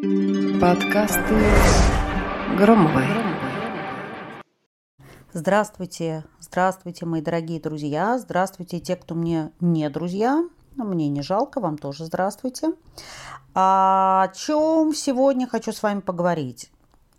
Подкасты Громовой. Здравствуйте, мои дорогие друзья. Здравствуйте, те, кто мне не друзья. Мне не жалко, вам тоже здравствуйте. О чем сегодня хочу с вами поговорить?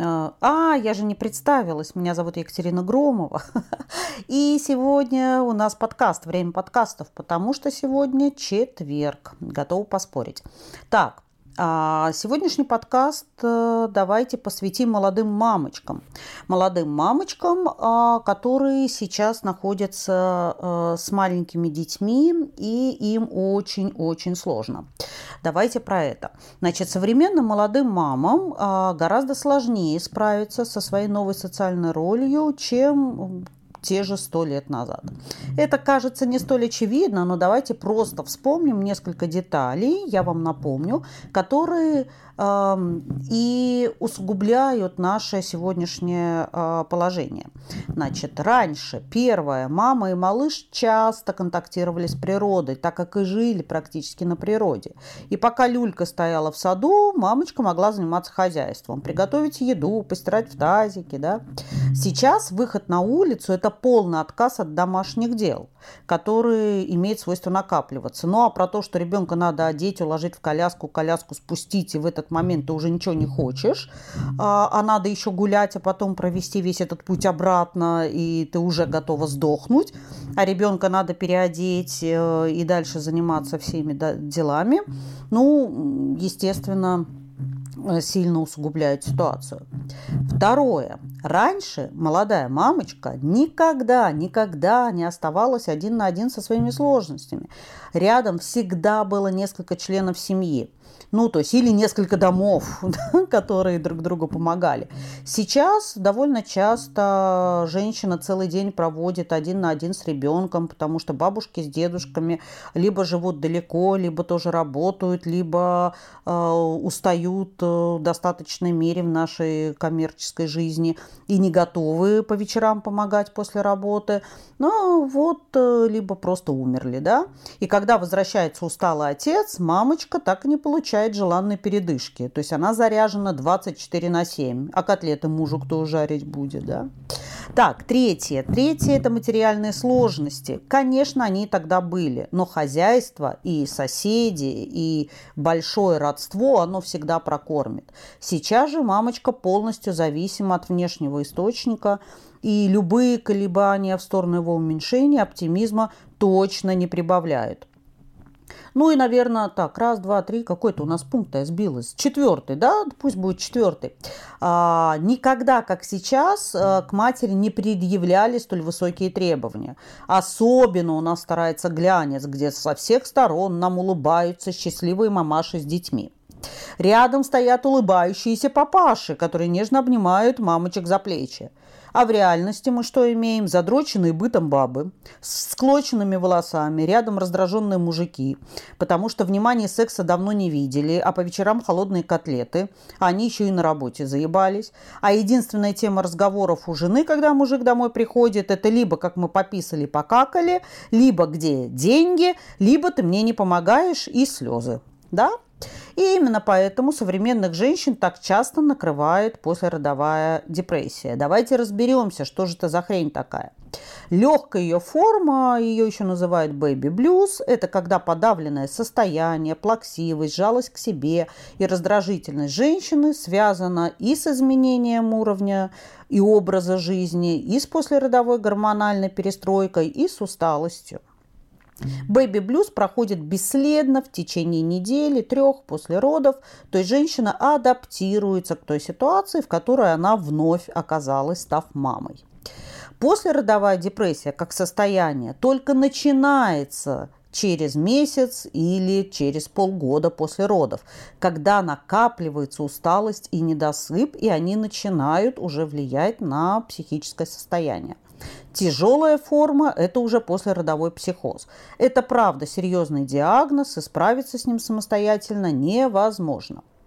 Я же не представилась. Меня зовут Екатерина Громова. И сегодня у нас подкаст, время подкастов, потому что сегодня четверг. Готова поспорить. Так, сегодняшний подкаст давайте посвятим молодым мамочкам. Молодым мамочкам, которые сейчас находятся с маленькими детьми, и им очень-очень сложно. Давайте про это. Значит, современным молодым мамам гораздо сложнее справиться со своей новой социальной ролью, чем те же 100 лет назад. Это кажется не столь очевидно, но давайте просто вспомним несколько деталей, я вам напомню, которые и усугубляют наше сегодняшнее положение. Значит, раньше, первое, мама и малыш часто контактировали с природой, так как и жили практически на природе. И пока люлька стояла в саду, мамочка могла заниматься хозяйством, приготовить еду, постирать в тазике. Да? Сейчас выход на улицу – это полный отказ от домашних дел, которые имеют свойство накапливаться. Ну а про то, что ребенка надо одеть, уложить в коляску спустить, и в этот момент ты уже ничего не хочешь, а надо еще гулять, а потом провести весь этот путь обратно, и ты уже готова сдохнуть, а ребенка надо переодеть и дальше заниматься всеми делами, ну, естественно, сильно усугубляет ситуацию. Второе. Раньше молодая мамочка никогда не оставалась один на один со своими сложностями. Рядом всегда было несколько членов семьи. Ну, то есть, или несколько домов, которые друг другу помогали. Сейчас довольно часто женщина целый день проводит один на один с ребенком, потому что бабушки с дедушками либо живут далеко, либо тоже работают, либо устают в достаточной мере в нашей коммерческой жизни и не готовы по вечерам помогать после работы. Ну, вот, либо просто умерли, да. И когда возвращается усталый отец, мамочка так и не получает желанной передышки. То есть она заряжена 24/7. А котлеты мужу кто жарить будет, да? Так, третье. Это материальные сложности. Конечно, они тогда были, но хозяйство и соседи, и большое родство, оно всегда прокормит. Сейчас же мамочка полностью зависима от внешнего источника, и любые колебания в сторону его уменьшения оптимизма точно не прибавляют. Ну и, наверное, так, раз, два, три, какой-то у нас пункт я сбилась. 4, да, пусть будет 4. Никогда, как сейчас, к матери не предъявляли столь высокие требования. Особенно у нас старается глянец, где со всех сторон нам улыбаются счастливые мамаши с детьми. Рядом стоят улыбающиеся папаши, которые нежно обнимают мамочек за плечи. А в реальности мы что имеем? Задроченные бытом бабы, с склоченными волосами, рядом раздраженные мужики, потому что внимания секса давно не видели, а по вечерам холодные котлеты, а они еще и на работе заебались. А единственная тема разговоров у жены, когда мужик домой приходит, это либо как мы пописали, покакали, либо где деньги, либо ты мне не помогаешь, и слезы. Да? И именно поэтому современных женщин так часто накрывает послеродовая депрессия. Давайте разберемся, что же это за хрень такая. Легкая ее форма, ее еще называют baby blues, это когда подавленное состояние, плаксивость, жалость к себе и раздражительность женщины связана и с изменением уровня и образа жизни, и с послеродовой гормональной перестройкой, и с усталостью. Бэби-блюз проходит бесследно в течение недели, 3 после родов, то есть женщина адаптируется к той ситуации, в которой она вновь оказалась, став мамой. Послеродовая депрессия как состояние только начинается через месяц или через полгода после родов, когда накапливается усталость и недосып, и они начинают уже влиять на психическое состояние. Тяжелая форма – это уже послеродовой психоз. Это правда серьезный диагноз, и справиться с ним самостоятельно невозможно.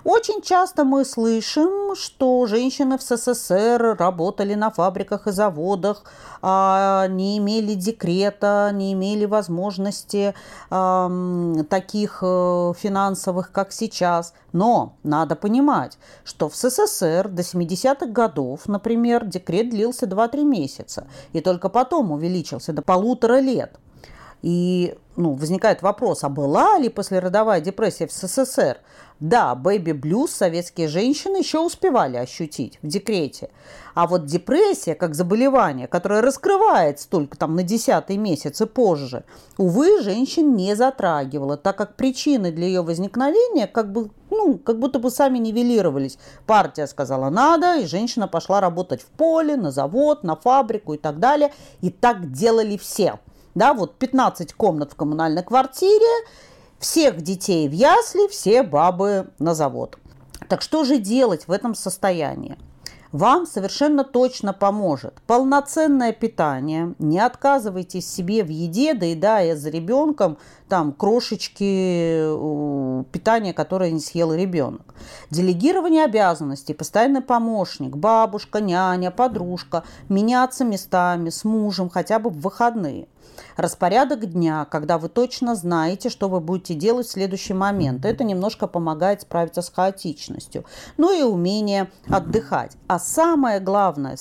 Очень часто мы слышим, что женщины в СССР работали на фабриках и заводах, не имели декрета, не имели возможности таких финансовых, как сейчас. Но надо понимать, что в СССР до 70-х годов, например, декрет длился 2-3 месяца, и только потом увеличился до 1,5 лет. И возникает вопрос, а была ли послеродовая депрессия в СССР? Да, бэби-блюз советские женщины еще успевали ощутить в декрете. А вот депрессия, как заболевание, которое раскрывается только на 10-й месяц и позже, увы, женщин не затрагивала, так как причины для ее возникновения как будто бы сами нивелировались. Партия сказала надо, и женщина пошла работать в поле, на завод, на фабрику и так далее. И так делали все. Да, 15 комнат в коммунальной квартире, всех детей в ясли, все бабы на завод. Так что же делать в этом состоянии? Вам совершенно точно поможет полноценное питание. Не отказывайтесь себе в еде, доедая за ребенком крошечки питания, которое не съел ребенок. Делегирование обязанностей, постоянный помощник, бабушка, няня, подружка, меняться местами с мужем хотя бы в выходные. Распорядок дня, когда вы точно знаете, что вы будете делать в следующий момент. Это немножко помогает справиться с хаотичностью. И умение отдыхать. А самое главное,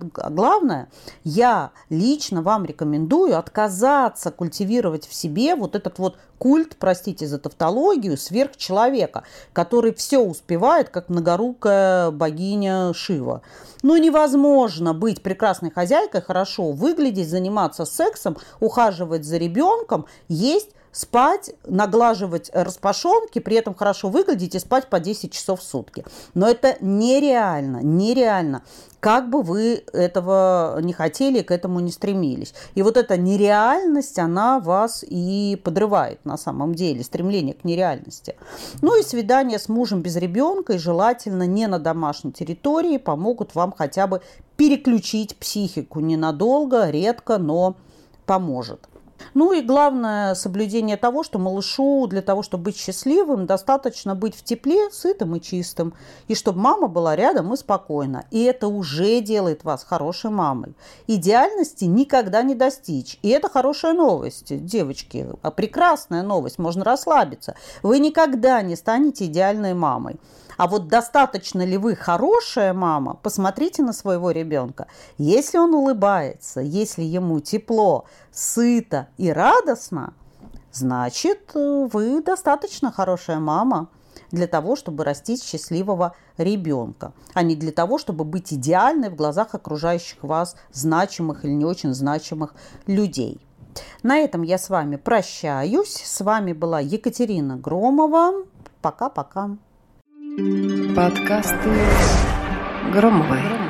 я лично вам рекомендую отказаться культивировать в себе этот культ, простите за тавтологию, сверхчеловека, который все успевает, как многорукая богиня Шива. Невозможно быть прекрасной хозяйкой, хорошо выглядеть, заниматься сексом, ухаживать за ребенком, есть, спать, наглаживать распашонки, при этом хорошо выглядеть и спать по 10 часов в сутки. Но это нереально. Как бы вы этого не хотели, к этому не стремились. И эта нереальность, она вас и подрывает на самом деле, стремление к нереальности. И свидания с мужем без ребенка, и желательно не на домашней территории, помогут вам хотя бы переключить психику ненадолго, редко, но поможет. И главное, соблюдение того, что малышу для того, чтобы быть счастливым, достаточно быть в тепле, сытым и чистым. И чтобы мама была рядом и спокойна. И это уже делает вас хорошей мамой. Идеальности никогда не достичь. И это хорошая новость, девочки. Прекрасная новость, можно расслабиться. Вы никогда не станете идеальной мамой. А достаточно ли вы хорошая мама, посмотрите на своего ребенка. Если он улыбается, если ему тепло, сыто и радостно, значит, вы достаточно хорошая мама для того, чтобы растить счастливого ребенка, а не для того, чтобы быть идеальной в глазах окружающих вас значимых или не очень значимых людей. На этом я с вами прощаюсь. С вами была Екатерина Громова. Пока-пока. Подкасты Громовой.